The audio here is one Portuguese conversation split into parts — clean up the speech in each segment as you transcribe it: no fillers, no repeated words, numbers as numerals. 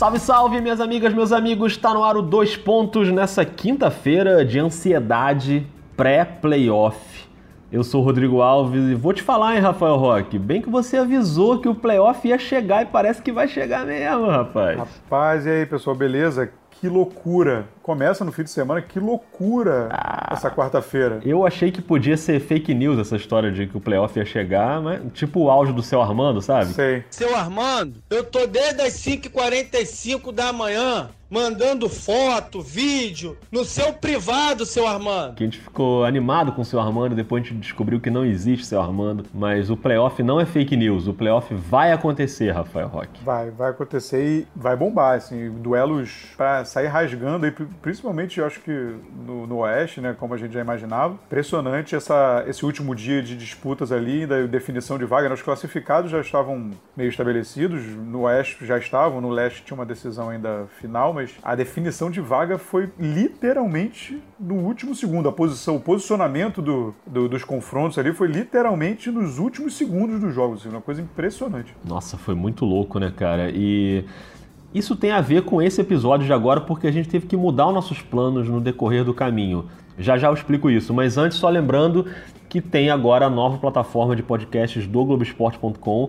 Salve, salve, minhas amigas, meus amigos. Tá no ar o Dois Pontos nessa quinta-feira de ansiedade pré-playoff. Eu sou o Rodrigo Alves e vou te falar, hein, Rafael Roque? Bem que você avisou que o playoff ia chegar e parece que vai chegar mesmo, rapaz. Rapaz, e aí, pessoal, beleza? Que loucura. Começa no fim de semana, que loucura essa quarta-feira. Eu achei que podia ser fake news essa história de que o playoff ia chegar, mas tipo o áudio do Seu Armando, sabe? Sei. Seu Armando, eu tô desde as 5h45 da manhã mandando foto, vídeo, no seu privado, seu Armando. Que a gente ficou animado com o Seu Armando, depois a gente descobriu que não existe Seu Armando. Mas o playoff não é fake news, o playoff vai acontecer, Rafael Roque. Vai acontecer e vai bombar, assim, duelos pra sair rasgando aí, principalmente, eu acho que no Oeste, né, como a gente já imaginava. Impressionante esse último dia de disputas ali, da definição de vaga, né? Os classificados já estavam meio estabelecidos, no Oeste já estavam, no Leste tinha uma decisão ainda final, mas a definição de vaga foi literalmente no último segundo. O posicionamento dos confrontos ali foi literalmente nos últimos segundos dos jogos, assim, uma coisa impressionante. Nossa, foi muito louco, né, cara? E isso tem a ver com esse episódio de agora, porque a gente teve que mudar os nossos planos no decorrer do caminho. Já eu explico isso, mas antes só lembrando que tem agora a nova plataforma de podcasts do Globoesporte.com,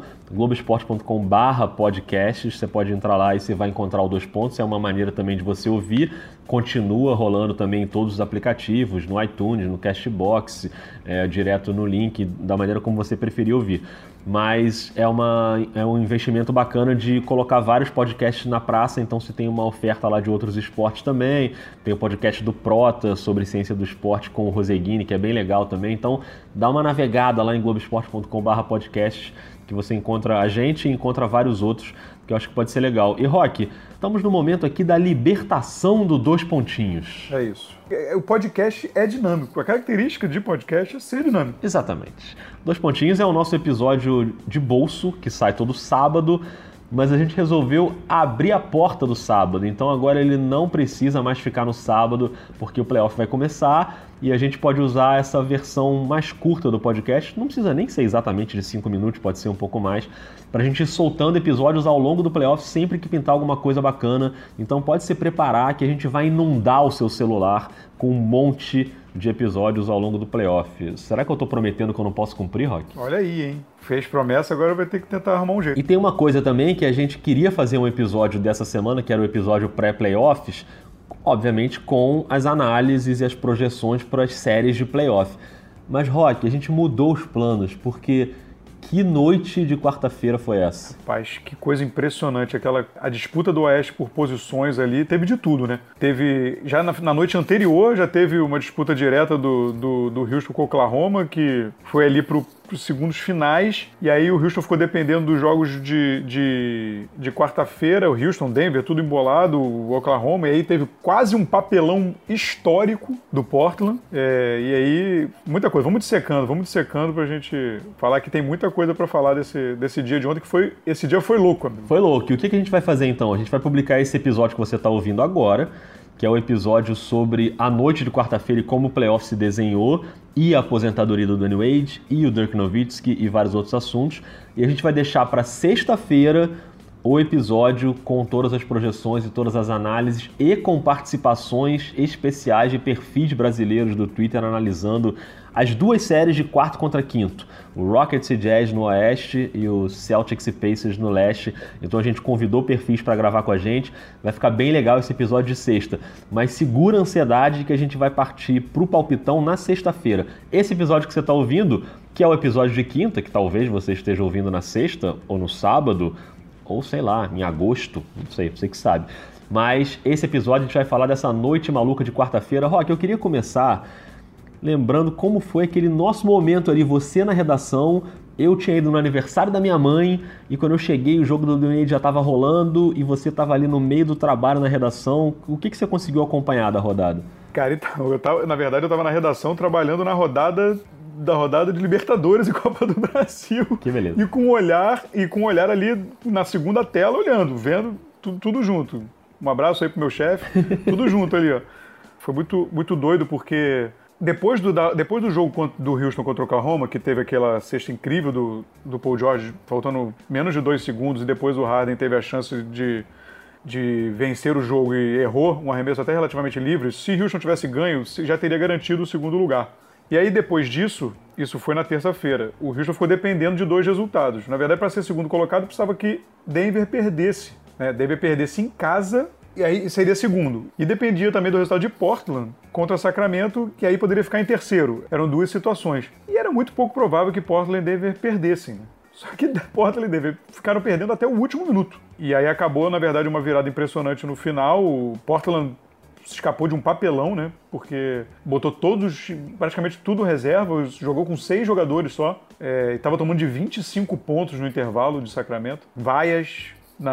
globoesporte.com/podcasts. Você pode entrar lá e você vai encontrar o Dois Pontos. É uma maneira também de você ouvir. Continua rolando também em todos os aplicativos, no iTunes, no Castbox, direto no link, da maneira como você preferir ouvir. Mas é um investimento bacana de colocar vários podcasts na praça, então você tem uma oferta lá de outros esportes também. Tem o podcast do Prota sobre ciência do esporte com o Roseguini, que é bem legal também. Então dá uma navegada lá em globoesporte.com/podcasts, que você encontra a gente e encontra vários outros, que eu acho que pode ser legal. E Roque, estamos no momento aqui da libertação do Dois Pontinhos. É isso. O podcast é dinâmico. A característica de podcast é ser dinâmico. Exatamente. Dois Pontinhos é o nosso episódio de bolso, que sai todo sábado, mas a gente resolveu abrir a porta do sábado. Então agora ele não precisa mais ficar no sábado, porque o playoff vai começar e a gente pode usar essa versão mais curta do podcast. Não precisa nem ser exatamente de 5 minutos, pode ser um pouco mais, pra gente ir soltando episódios ao longo do playoff sempre que pintar alguma coisa bacana. Então pode se preparar que a gente vai inundar o seu celular com um monte de episódios ao longo do playoff. Será que eu tô prometendo que eu não posso cumprir, Roque? Olha aí, hein? Fez promessa, agora vai ter que tentar arrumar um jeito. E tem uma coisa também que a gente queria fazer um episódio dessa semana, que era o episódio pré-playoffs, obviamente com as análises e as projeções para as séries de playoff. Mas, Roque, a gente mudou os planos, porque que noite de quarta-feira foi essa? Rapaz, que coisa impressionante. A disputa do Oeste por posições ali, teve de tudo, né? Teve, já na noite anterior, já teve uma disputa direta do Houston com o Oklahoma, que foi ali para os segundos finais, e aí o Houston ficou dependendo dos jogos de quarta-feira, o Houston, Denver, tudo embolado, o Oklahoma, e aí teve quase um papelão histórico do Portland, e aí muita coisa. Vamos dissecando pra gente falar que tem muita coisa pra falar desse dia de ontem, esse dia foi louco, amigo. Foi louco. E o que a gente vai fazer então? A gente vai publicar esse episódio que você tá ouvindo agora, que é o episódio sobre a noite de quarta-feira e como o playoff se desenhou, e a aposentadoria do Dwayne Wade, e o Dirk Nowitzki e vários outros assuntos. E a gente vai deixar para sexta-feira o episódio com todas as projeções e todas as análises e com participações especiais de perfis brasileiros do Twitter analisando as duas séries de quarto contra quinto, o Rockets e Jazz no Oeste e o Celtics e Pacers no Leste. Então a gente convidou perfis para gravar com a gente, vai ficar bem legal esse episódio de sexta, mas segura a ansiedade que a gente vai partir pro palpitão na sexta-feira. Esse episódio que você está ouvindo, que é o episódio de quinta, que talvez você esteja ouvindo na sexta ou no sábado, ou sei lá, em agosto, não sei, você que sabe. Mas esse episódio a gente vai falar dessa noite maluca de quarta-feira. Roque, eu queria começar lembrando como foi aquele nosso momento ali, você na redação, eu tinha ido no aniversário da minha mãe, e quando eu cheguei o jogo do Dwayne já estava rolando, e você estava ali no meio do trabalho na redação. O que você conseguiu acompanhar da rodada? Cara, então, na verdade eu estava na redação trabalhando na rodada de Libertadores e Copa do Brasil. Que beleza. E com um olhar ali na segunda tela, olhando, vendo tudo junto. Um abraço aí pro meu chefe, tudo junto ali, ó. Foi muito, muito doido, porque depois do jogo do Houston contra o Oklahoma, que teve aquela cesta incrível do Paul George, faltando menos de 2 segundos, e depois o Harden teve a chance de de vencer o jogo e errou um arremesso até relativamente livre, se Houston tivesse ganho, já teria garantido o segundo lugar. E aí, depois disso, isso foi na terça-feira, o Houston ficou dependendo de 2 resultados. Na verdade, para ser segundo colocado, precisava que Denver perdesse. Né? Denver perdesse em casa, e aí seria segundo. E dependia também do resultado de Portland contra Sacramento, que aí poderia ficar em terceiro. Eram 2 situações. E era muito pouco provável que Portland e Denver perdessem. Né? Só que Portland e Denver ficaram perdendo até o último minuto. E aí acabou, na verdade, uma virada impressionante no final. O Portland se escapou de um papelão, né? Porque botou praticamente tudo reserva, jogou com 6 jogadores só. E estava tomando de 25 pontos no intervalo de Sacramento. Vaias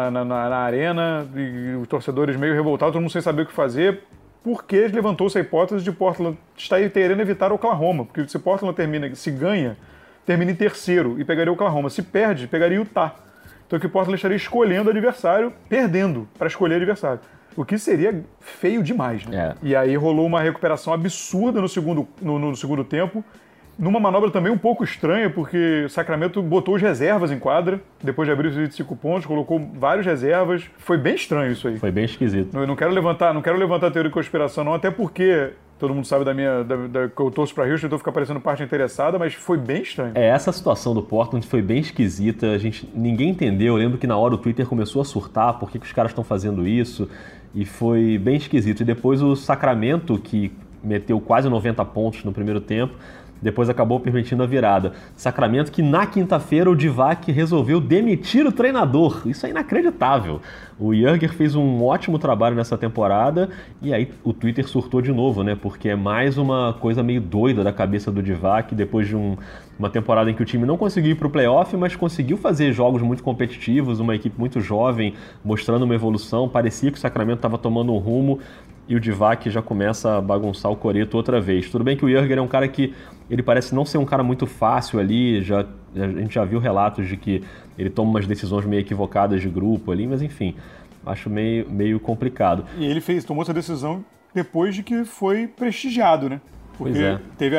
na arena, e os torcedores meio revoltados, todo mundo sem saber o que fazer, porque levantou-se a hipótese de Portland estar querendo evitar Oklahoma, porque se Portland se ganha, termina em terceiro e pegaria Oklahoma. Se perde, pegaria Utah. Então que Portland estaria escolhendo adversário, perdendo para escolher adversário. O que seria feio demais, né? E aí rolou uma recuperação absurda no segundo tempo, numa manobra também um pouco estranha, porque Sacramento botou as reservas em quadra, depois de abrir os 25 pontos, colocou várias reservas. Foi bem estranho isso aí. Foi bem esquisito. Eu não quero levantar a teoria de conspiração não, até porque todo mundo sabe que eu torço pra Houston, então fica parecendo parte interessada, mas foi bem estranho. Essa situação do Portland foi bem esquisita, ninguém entendeu. Eu lembro que na hora o Twitter começou a surtar, por que os caras estão fazendo isso, e foi bem esquisito. E depois o Sacramento, que meteu quase 90 pontos no primeiro tempo, depois acabou permitindo a virada. Sacramento que na quinta-feira o Divac resolveu demitir o treinador. Isso é inacreditável. O Joerger fez um ótimo trabalho nessa temporada e aí o Twitter surtou de novo, né? Porque é mais uma coisa meio doida da cabeça do Divac, depois de uma temporada em que o time não conseguiu ir para o playoff, mas conseguiu fazer jogos muito competitivos, uma equipe muito jovem, mostrando uma evolução. Parecia que o Sacramento estava tomando um rumo e o Divac já começa a bagunçar o coreto outra vez. Tudo bem que o Joerger é um cara que ele parece não ser um cara muito fácil ali, a gente já viu relatos de que ele toma umas decisões meio equivocadas de grupo ali, mas enfim, acho meio complicado. E ele tomou essa decisão depois de que foi prestigiado, né? Porque teve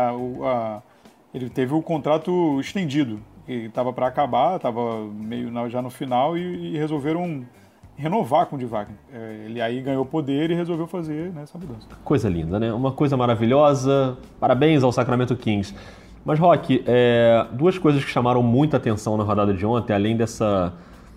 ele teve o contrato estendido, que estava para acabar, estava meio já no final e resolveram renovar com o Divac. Ele aí ganhou poder e resolveu fazer essa mudança. Coisa linda, né? Uma coisa maravilhosa. Parabéns ao Sacramento Kings. Mas, Rock, 2 coisas que chamaram muita atenção na rodada de ontem, além dessa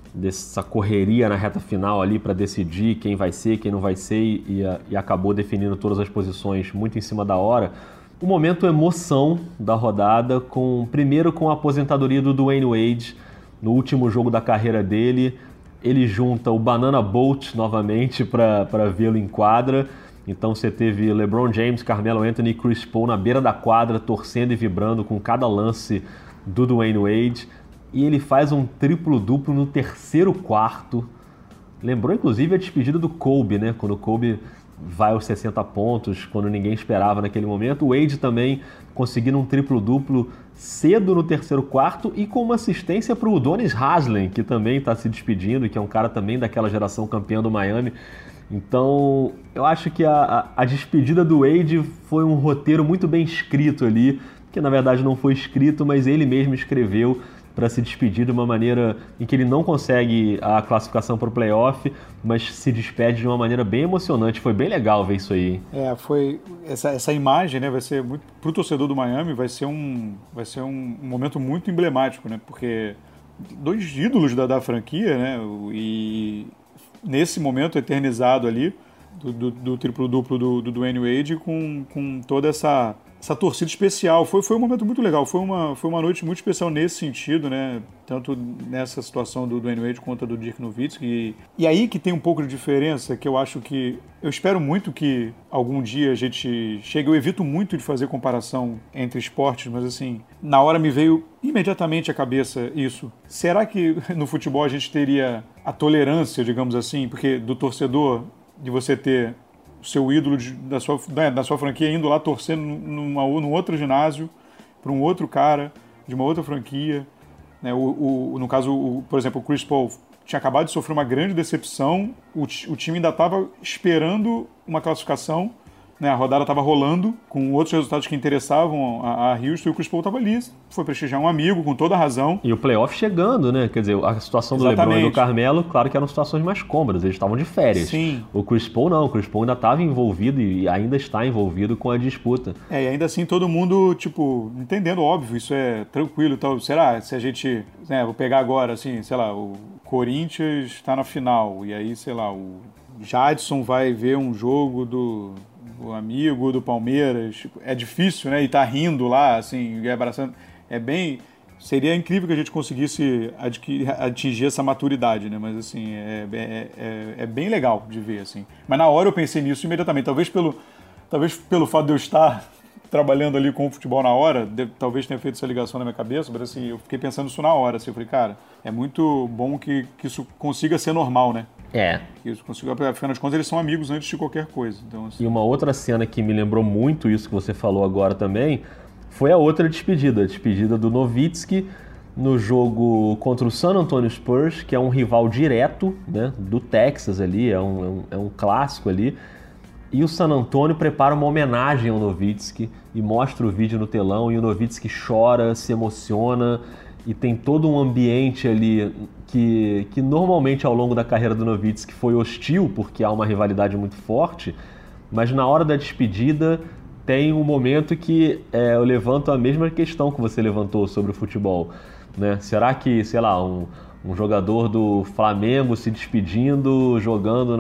correria na reta final ali para decidir quem vai ser, quem não vai ser, e acabou definindo todas as posições muito em cima da hora. O momento emoção da rodada, primeiro com a aposentadoria do Dwayne Wade no último jogo da carreira dele. Ele junta o Banana Boat novamente para vê-lo em quadra. Então você teve LeBron James, Carmelo Anthony e Chris Paul na beira da quadra, torcendo e vibrando com cada lance do Dwayne Wade. E ele faz um triplo-duplo no terceiro quarto. Lembrou, inclusive, a despedida do Kobe, né? Quando o Kobe vai aos 60 pontos, quando ninguém esperava naquele momento. O Wade também conseguindo um triplo-duplo cedo no terceiro quarto e com uma assistência para o Udonis Haslem, que também está se despedindo, que é um cara também daquela geração campeã do Miami. Então, eu acho que a despedida do Wade foi um roteiro muito bem escrito ali, que na verdade não foi escrito, mas ele mesmo escreveu para se despedir de uma maneira em que ele não consegue a classificação para o playoff, mas se despede de uma maneira bem emocionante. Foi bem legal ver isso aí. Foi essa imagem, né, vai ser muito para o torcedor do Miami, vai ser um momento muito emblemático, né, porque 2 ídolos da franquia, né, e nesse momento eternizado ali do triplo-duplo do Dwayne Wade com toda essa torcida especial. Foi um momento muito legal, foi uma noite muito especial nesse sentido, né? Tanto nessa situação do Dwayne Wade quanto a do Dirk Nowitzki. E aí que tem um pouco de diferença, que eu acho que... Eu espero muito que algum dia a gente chegue... Eu evito muito de fazer comparação entre esportes, mas assim, na hora me veio imediatamente à cabeça isso. Será que no futebol a gente teria a tolerância, digamos assim, porque do torcedor, de você ter o seu ídolo da sua franquia indo lá torcendo num outro ginásio para um outro cara de uma outra franquia, né? No caso, por exemplo, o Chris Paul tinha acabado de sofrer uma grande decepção, o time ainda estava esperando uma classificação, né, a rodada estava rolando, com outros resultados que interessavam a Houston, e o Chris Paul estava ali, foi prestigiar um amigo, com toda a razão. E o playoff chegando, né? Quer dizer, a situação do LeBron e do Carmelo, claro que eram situações mais cômodas, eles estavam de férias. Sim. O Chris Paul não, o Chris Paul ainda estava envolvido e ainda está envolvido com a disputa. E ainda assim todo mundo, tipo, entendendo, óbvio, isso é tranquilo. Então, será, se a gente, né, vou pegar agora, assim, sei lá, o Corinthians está na final, e aí, sei lá, o Jadson vai ver um jogo do amigo do Palmeiras, tipo, é difícil, né, e tá rindo lá, assim, abraçando, seria incrível que a gente conseguisse atingir essa maturidade, né, mas assim, é bem legal de ver, assim. Mas na hora eu pensei nisso imediatamente, talvez pelo fato de eu estar trabalhando ali com o futebol na hora, talvez tenha feito essa ligação na minha cabeça, mas assim, eu fiquei pensando isso na hora, assim, eu falei, cara, é muito bom que isso consiga ser normal, né? Que isso consiga, afinal de contas, eles são amigos antes de qualquer coisa. Então, assim... E uma outra cena que me lembrou muito isso que você falou agora também, foi a outra despedida, a despedida do Nowitzki no jogo contra o San Antonio Spurs, que é um rival direto, né, do Texas ali, é um clássico ali. E o San Antonio prepara uma homenagem ao Nowitzki e mostra o vídeo no telão, e o Nowitzki chora, se emociona, e tem todo um ambiente ali que normalmente ao longo da carreira do Nowitzki foi hostil, porque há uma rivalidade muito forte, mas na hora da despedida tem um momento que eu levanto a mesma questão que você levantou sobre o futebol, né? Será que, sei lá, um jogador do Flamengo se despedindo, jogando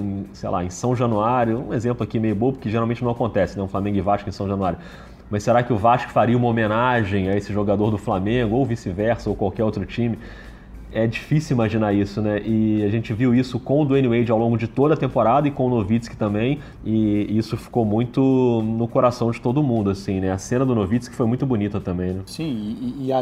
em São Januário, um exemplo aqui meio bobo, que geralmente não acontece, né? Um Flamengo e Vasco em São Januário. Mas será que o Vasco faria uma homenagem a esse jogador do Flamengo, ou vice-versa, ou qualquer outro time? É difícil imaginar isso, né? E a gente viu isso com o Dwyane Wade ao longo de toda a temporada e com o Nowitzki também, e isso ficou muito no coração de todo mundo, assim, né? A cena do Nowitzki foi muito bonita também, né? Sim, e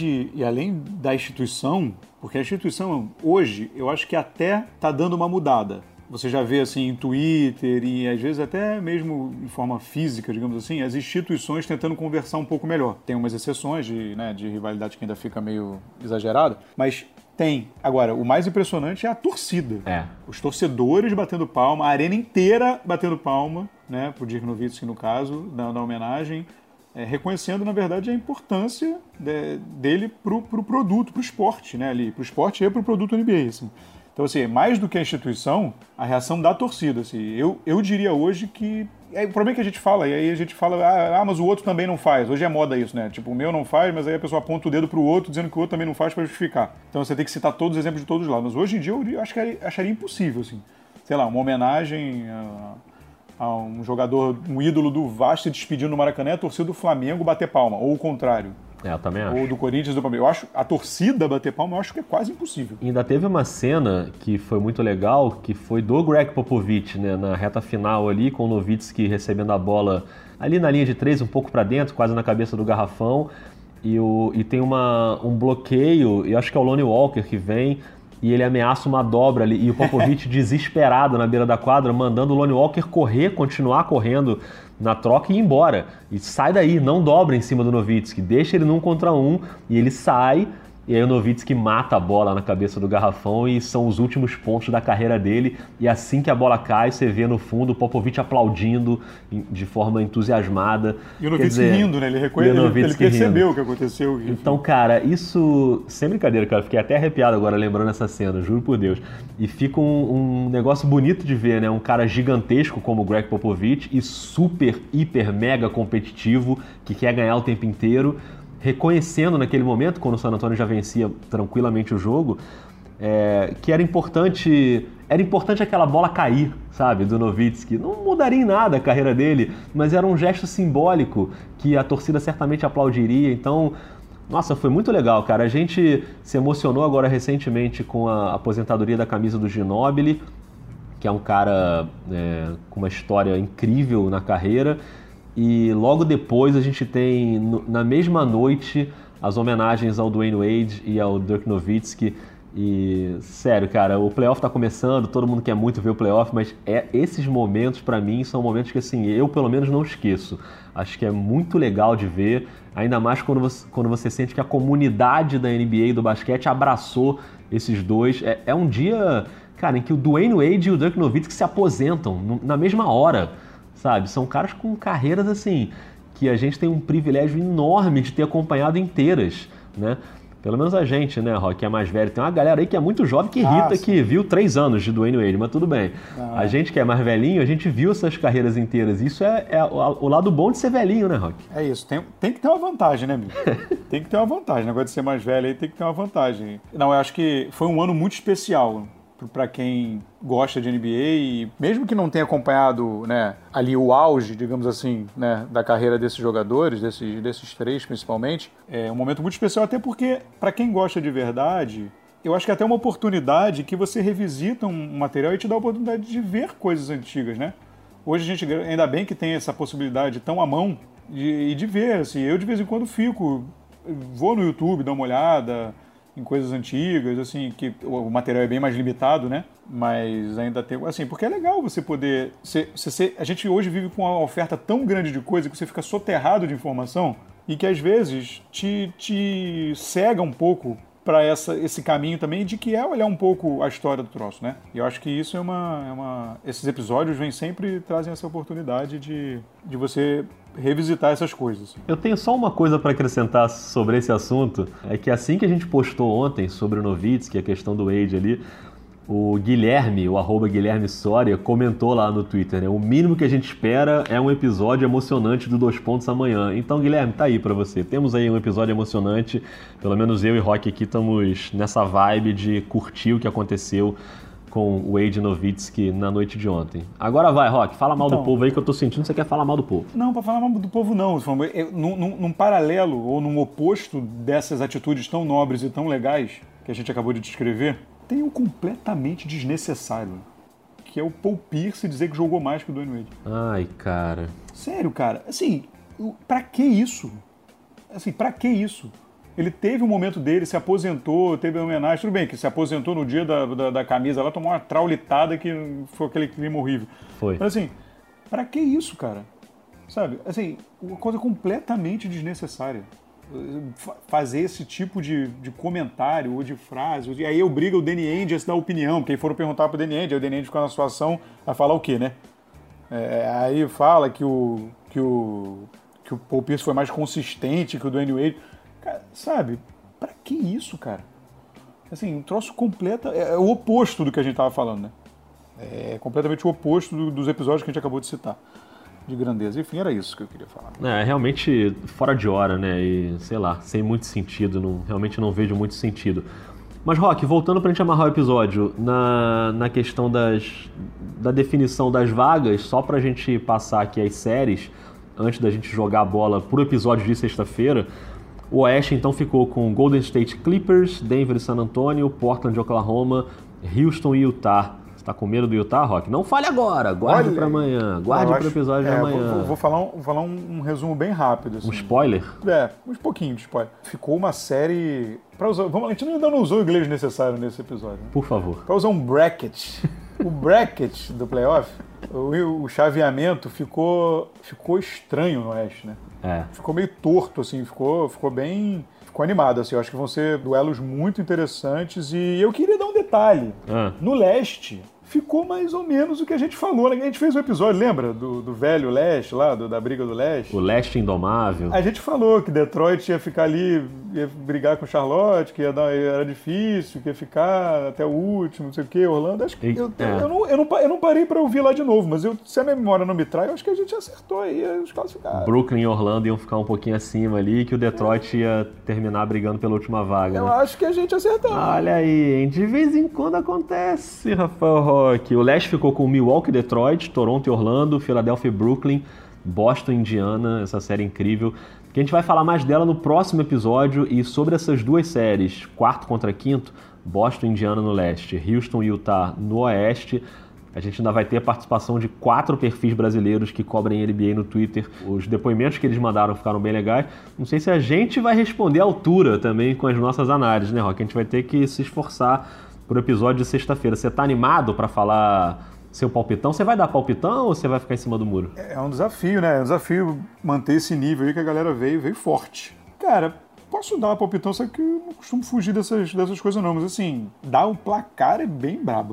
além da instituição, porque a instituição hoje, eu acho que até tá dando uma mudada. Você já vê assim em Twitter e às vezes até mesmo em forma física, digamos assim, as instituições tentando conversar um pouco melhor. Tem umas exceções de rivalidade que ainda fica meio exagerada, mas tem. Agora, o mais impressionante é a torcida. Os torcedores batendo palma, a arena inteira batendo palma, né, pro Dirk Nowitzki no caso, da homenagem, reconhecendo, na verdade, a importância dele pro produto, pro esporte, né, ali, pro esporte e pro produto NBA, assim. Então, assim, mais do que a instituição, a reação da torcida, assim, eu diria hoje que... o problema é que a gente fala, e aí a gente fala, mas o outro também não faz. Hoje é moda isso, né? Tipo, o meu não faz, mas aí a pessoa aponta o dedo pro outro, dizendo que o outro também não faz para justificar. Então você tem que citar todos os exemplos de todos os lados. Mas hoje em dia eu acharia impossível, assim. Sei lá, uma homenagem a um jogador, um ídolo do Vasco se despedindo no Maracanã, a torcida do Flamengo bater palma, ou o contrário. Eu também acho. Ou do Corinthians, do Palmeiras. Eu acho a torcida bater palma, eu acho que é quase impossível. E ainda teve uma cena que foi muito legal, que foi do Greg Popovich, né, na reta final ali, com o Nowitzki recebendo a bola ali na linha de 3, um pouco para dentro, quase na cabeça do garrafão, e tem um bloqueio, e acho que é o Lonnie Walker que vem, e ele ameaça uma dobra ali, e o Popovich desesperado na beira da quadra, mandando o Lonnie Walker continuar correndo na troca e ir embora. E sai daí, não dobra em cima do Nowitzki, deixa ele num contra um, e ele sai, e aí o Nowitzki mata a bola na cabeça do garrafão, e são os últimos pontos da carreira dele, e assim que a bola cai, você vê no fundo o Popovich aplaudindo de forma entusiasmada. E o Nowitzki rindo, né? Ele percebeu o que aconteceu. Então, cara, isso... Sem brincadeira, cara, fiquei até arrepiado agora lembrando essa cena, juro por Deus. E fica um negócio bonito de ver, né? Um cara gigantesco como o Greg Popovich e super, hiper, mega competitivo, que quer ganhar o tempo inteiro, reconhecendo naquele momento, quando o San Antonio já vencia tranquilamente o jogo, que era importante aquela bola cair, sabe, do Nowitzki. Não mudaria em nada a carreira dele, mas era um gesto simbólico que a torcida certamente aplaudiria. Então, nossa, foi muito legal, cara. A gente se emocionou agora recentemente com a aposentadoria da camisa do Ginóbili, que é um cara com uma história incrível na carreira. E logo depois a gente tem, na mesma noite, as homenagens ao Dwyane Wade e ao Dirk Nowitzki. E, sério, cara, o playoff tá começando, todo mundo quer muito ver o playoff, mas esses momentos, pra mim, são momentos que, assim, eu, pelo menos, não esqueço. Acho que é muito legal de ver, ainda mais quando você sente que a comunidade da NBA e do basquete abraçou esses dois. É um dia, cara, em que o Dwyane Wade e o Dirk Nowitzki se aposentam na mesma hora. sabe? São caras com carreiras, assim, que a gente tem um privilégio enorme de ter acompanhado inteiras, né? Pelo menos a gente, né, Rock, que é mais velho. Tem uma galera aí que é muito jovem que irrita, que viu 3 anos de Dwayne Wade, mas tudo bem. A gente que é mais velhinho, a gente viu essas carreiras inteiras. Isso é o lado bom de ser velhinho, né, Rock? É isso. Tem que ter uma vantagem, né, amigo? Tem que ter uma vantagem. O negócio de ser mais velho aí tem que ter uma vantagem. Não, eu acho que foi um ano muito especial para quem gosta de NBA e mesmo que não tenha acompanhado, né, ali o auge, digamos assim, né, da carreira desses jogadores, desses 3 principalmente, é um momento muito especial até porque, para quem gosta de verdade, eu acho que é até uma oportunidade que você revisita um material e te dá a oportunidade de ver coisas antigas, né? Hoje a gente, ainda bem que tem essa possibilidade tão à mão de ver, assim, eu de vez em quando vou no YouTube, dar uma olhada em coisas antigas, assim, que o material é bem mais limitado, né? Mas ainda tem, assim, porque é legal você poder... a gente hoje vive com uma oferta tão grande de coisa que você fica soterrado de informação e que às vezes te cega um pouco para esse caminho também de que é olhar um pouco a história do troço, né? E eu acho que isso esses episódios sempre trazem essa oportunidade de você revisitar essas coisas. Eu tenho só uma coisa para acrescentar sobre esse assunto, é que assim que a gente postou ontem sobre o Nowitzki, a questão do Wade ali, o Guilherme, o @Guilherme Soria, comentou lá no Twitter, né? O mínimo que a gente espera é um episódio emocionante do 2 Pontos amanhã. Então, Guilherme, tá aí pra você. Temos aí um episódio emocionante, pelo menos eu e Rock aqui estamos nessa vibe de curtir o que aconteceu com o Wade Nowitzki na noite de ontem. Agora vai, Rock, fala mal do povo aí que eu tô sentindo que você quer falar mal do povo. Não, pra falar mal do povo não. Num paralelo ou num oposto dessas atitudes tão nobres e tão legais que a gente acabou de descrever, tem um completamente desnecessário, que é o Paul Pierce dizer que jogou mais que o Dwayne Wade. Ai, cara. Sério, cara. Assim, pra que isso? Assim, pra que isso? Ele teve um momento dele, se aposentou, teve uma homenagem. Tudo bem que se aposentou no dia da camisa lá, tomou uma traulitada que foi aquele clima horrível. Foi. Mas assim, pra que isso, cara? Sabe? Assim, uma coisa completamente desnecessária. Fazer esse tipo de comentário ou de frase. E aí obriga o Danny Ainge a se dar opinião, porque aí foram perguntar pro Danny Ainge, aí o Danny Ainge ficou na situação a falar o quê, né? Aí fala que o Paul Pierce foi mais consistente que o Dwayne Wade. Cara, sabe? Pra que isso, cara? Assim, um troço completo... É o oposto do que a gente tava falando, né? É completamente o oposto dos episódios que a gente acabou de citar. De grandeza. Enfim, era isso que eu queria falar. É realmente fora de hora, né? E, sei lá, sem muito sentido. Realmente não vejo muito sentido. Mas, Rock, voltando pra gente amarrar o episódio, na questão da definição das vagas, só pra gente passar aqui as séries, antes da gente jogar a bola pro episódio de sexta-feira, o Oeste, então, ficou com Golden State Clippers, Denver e San Antonio, Portland e Oklahoma, Houston e Utah. Você tá com medo do Utah, Rock? Não fale agora! Guarde pra amanhã. Guarde pro episódio de amanhã. Vou falar um resumo bem rápido. Assim. Um spoiler? Uns pouquinhos de spoiler. Ficou uma série... a gente ainda não usou o inglês necessário nesse episódio. Né? Por favor. Pra usar um bracket. O bracket do playoff, o chaveamento ficou estranho no Oeste, né? Ficou meio torto, assim, ficou bem... Ficou animado, assim, eu acho que vão ser duelos muito interessantes e eu queria dar um detalhe. No Leste, ficou mais ou menos o que a gente falou, né? A gente fez um episódio, lembra? Do velho Leste lá, da briga do Leste. O Leste Indomável. A gente falou que Detroit ia ficar ali, ia brigar com Charlotte, que era difícil, que ia ficar até o último, não sei o quê, Orlando. Acho que eu não parei pra ouvir lá de novo, mas se a minha memória não me trai, eu acho que a gente acertou aí os classificados. Brooklyn e Orlando iam ficar um pouquinho acima ali, que o Detroit ia terminar brigando pela última vaga. Eu acho que a gente acertou. Olha aí, hein? De vez em quando acontece, Rafael Roque. O Leste ficou com Milwaukee e Detroit, Toronto e Orlando, Philadelphia e Brooklyn, Boston e Indiana, essa série incrível. Que a gente vai falar mais dela no próximo episódio e sobre essas duas séries, quarto contra quinto, Boston e Indiana no Leste, Houston e Utah no Oeste. A gente ainda vai ter a participação de 4 perfis brasileiros que cobrem NBA no Twitter. Os depoimentos que eles mandaram ficaram bem legais. Não sei se a gente vai responder à altura também com as nossas análises, né, Roque? A gente vai ter que se esforçar pro episódio de sexta-feira. Você tá animado para falar seu palpitão? Você vai dar palpitão ou você vai ficar em cima do muro? É um desafio, né? É um desafio manter esse nível aí que a galera veio forte. Cara, posso dar palpitão, só que eu não costumo fugir dessas coisas não, mas assim, dar um placar é bem brabo, né?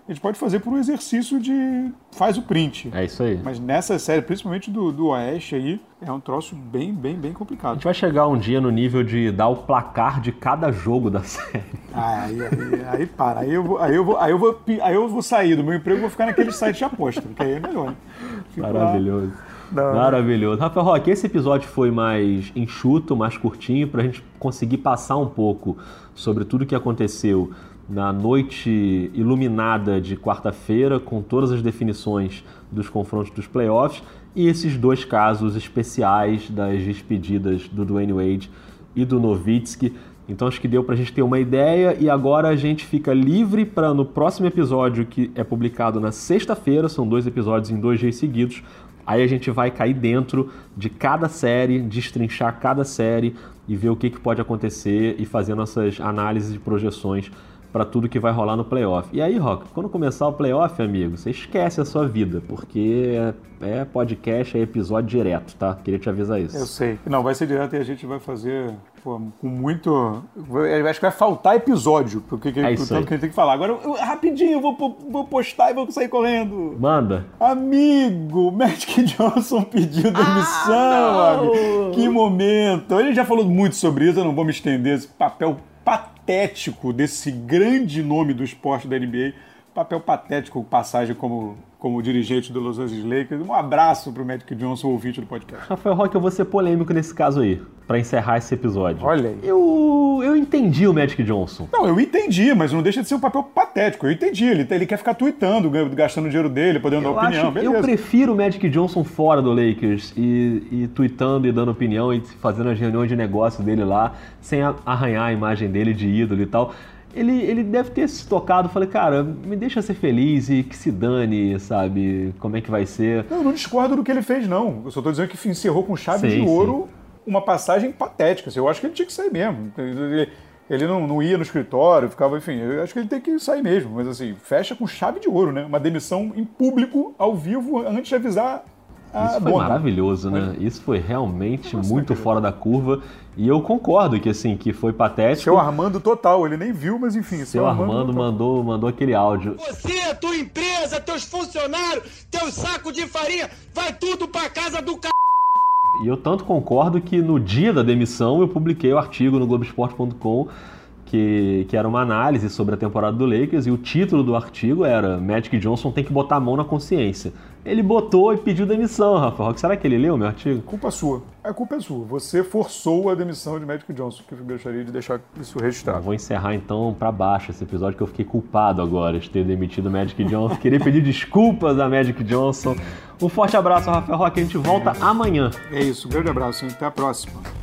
a gente pode fazer por um exercício de faz o print. É isso aí. Mas nessa série, principalmente do Oeste aí, é um troço bem A complicado. gente vai chegar um dia no nível de dar o placar de cada jogo da série. Aí para. Aí eu vou sair do meu emprego e vou ficar naquele site de aposta, porque aí é melhor, né? Maravilhoso. Maravilhoso. Rafael Roque, esse episódio foi mais enxuto, mais curtinho, pra gente conseguir passar um pouco sobre tudo que aconteceu na noite iluminada de quarta-feira, com todas as definições dos confrontos dos playoffs e esses dois casos especiais das despedidas do Dwayne Wade e do Nowitzki. Então acho que deu pra gente ter uma ideia e agora a gente fica livre para no próximo episódio, que é publicado na sexta-feira, são 2 episódios em 2 dias seguidos, aí a gente vai cair dentro de cada série, destrinchar cada série e ver o que pode acontecer e fazer nossas análises e projeções para tudo que vai rolar no playoff. E aí, Rock, quando começar o playoff, amigo, você esquece a sua vida, porque é podcast, é episódio direto, tá? Queria te avisar isso. Eu sei. Não, vai ser direto e a gente vai fazer com muito... Eu acho que vai faltar episódio, porque tanto que a gente tem que falar. Agora, rapidinho, eu vou postar e vou sair correndo. Manda. Amigo, Magic Johnson pediu demissão, amigo. Que momento. A gente já falou muito sobre isso, eu não vou me estender. Esse papel patético desse grande nome do esporte da NBA, papel patético, passagem como dirigente do Los Angeles Lakers. Um abraço pro Magic Johnson, ouvinte do podcast. Rafael Roque, eu vou ser polêmico nesse caso aí, pra encerrar esse episódio. Olha aí. Eu entendi o Magic Johnson. Não, eu entendi, mas não deixa de ser um papel patético. Eu entendi, ele quer ficar tweetando, gastando o dinheiro dele, podendo dar opinião, beleza. Eu prefiro o Magic Johnson fora do Lakers e tweetando e dando opinião e fazendo as reuniões de negócio dele lá, sem arranhar a imagem dele de ídolo e tal. Ele deve ter se tocado, falei, cara, me deixa ser feliz e que se dane, sabe, como é que vai ser. Eu não discordo do que ele fez, não. Eu só tô dizendo que encerrou com chave de ouro uma passagem patética. Eu acho que ele tinha que sair mesmo. Ele não ia no escritório, ficava, enfim, eu acho que ele tem que sair mesmo. Mas assim, fecha com chave de ouro, né? Uma demissão em público, ao vivo, antes de avisar a Isso foi dona. maravilhoso, né? Isso foi realmente muito fora da curva. E eu concordo que, assim, que foi patético. Seu Armando total, ele nem viu, mas enfim. Seu Armando mandou aquele áudio. Você, a tua empresa, teus funcionários, teu saco de farinha, vai tudo pra casa do c... E eu tanto concordo que no dia da demissão eu publiquei o artigo no Globoesporte.com que era uma análise sobre a temporada do Lakers, e o título do artigo era Magic Johnson tem que botar a mão na consciência. Ele botou e pediu demissão, Rafael. Será que ele leu o meu artigo? Culpa sua. A culpa é sua. Você forçou a demissão de Magic Johnson, que eu gostaria de deixar isso registrado. Vou encerrar então pra baixo esse episódio, que eu fiquei culpado agora de ter demitido o Magic Johnson. Queria pedir desculpas a Magic Johnson. Um forte abraço, Rafael Roque. A gente volta amanhã. É isso. Um grande abraço. Até a próxima.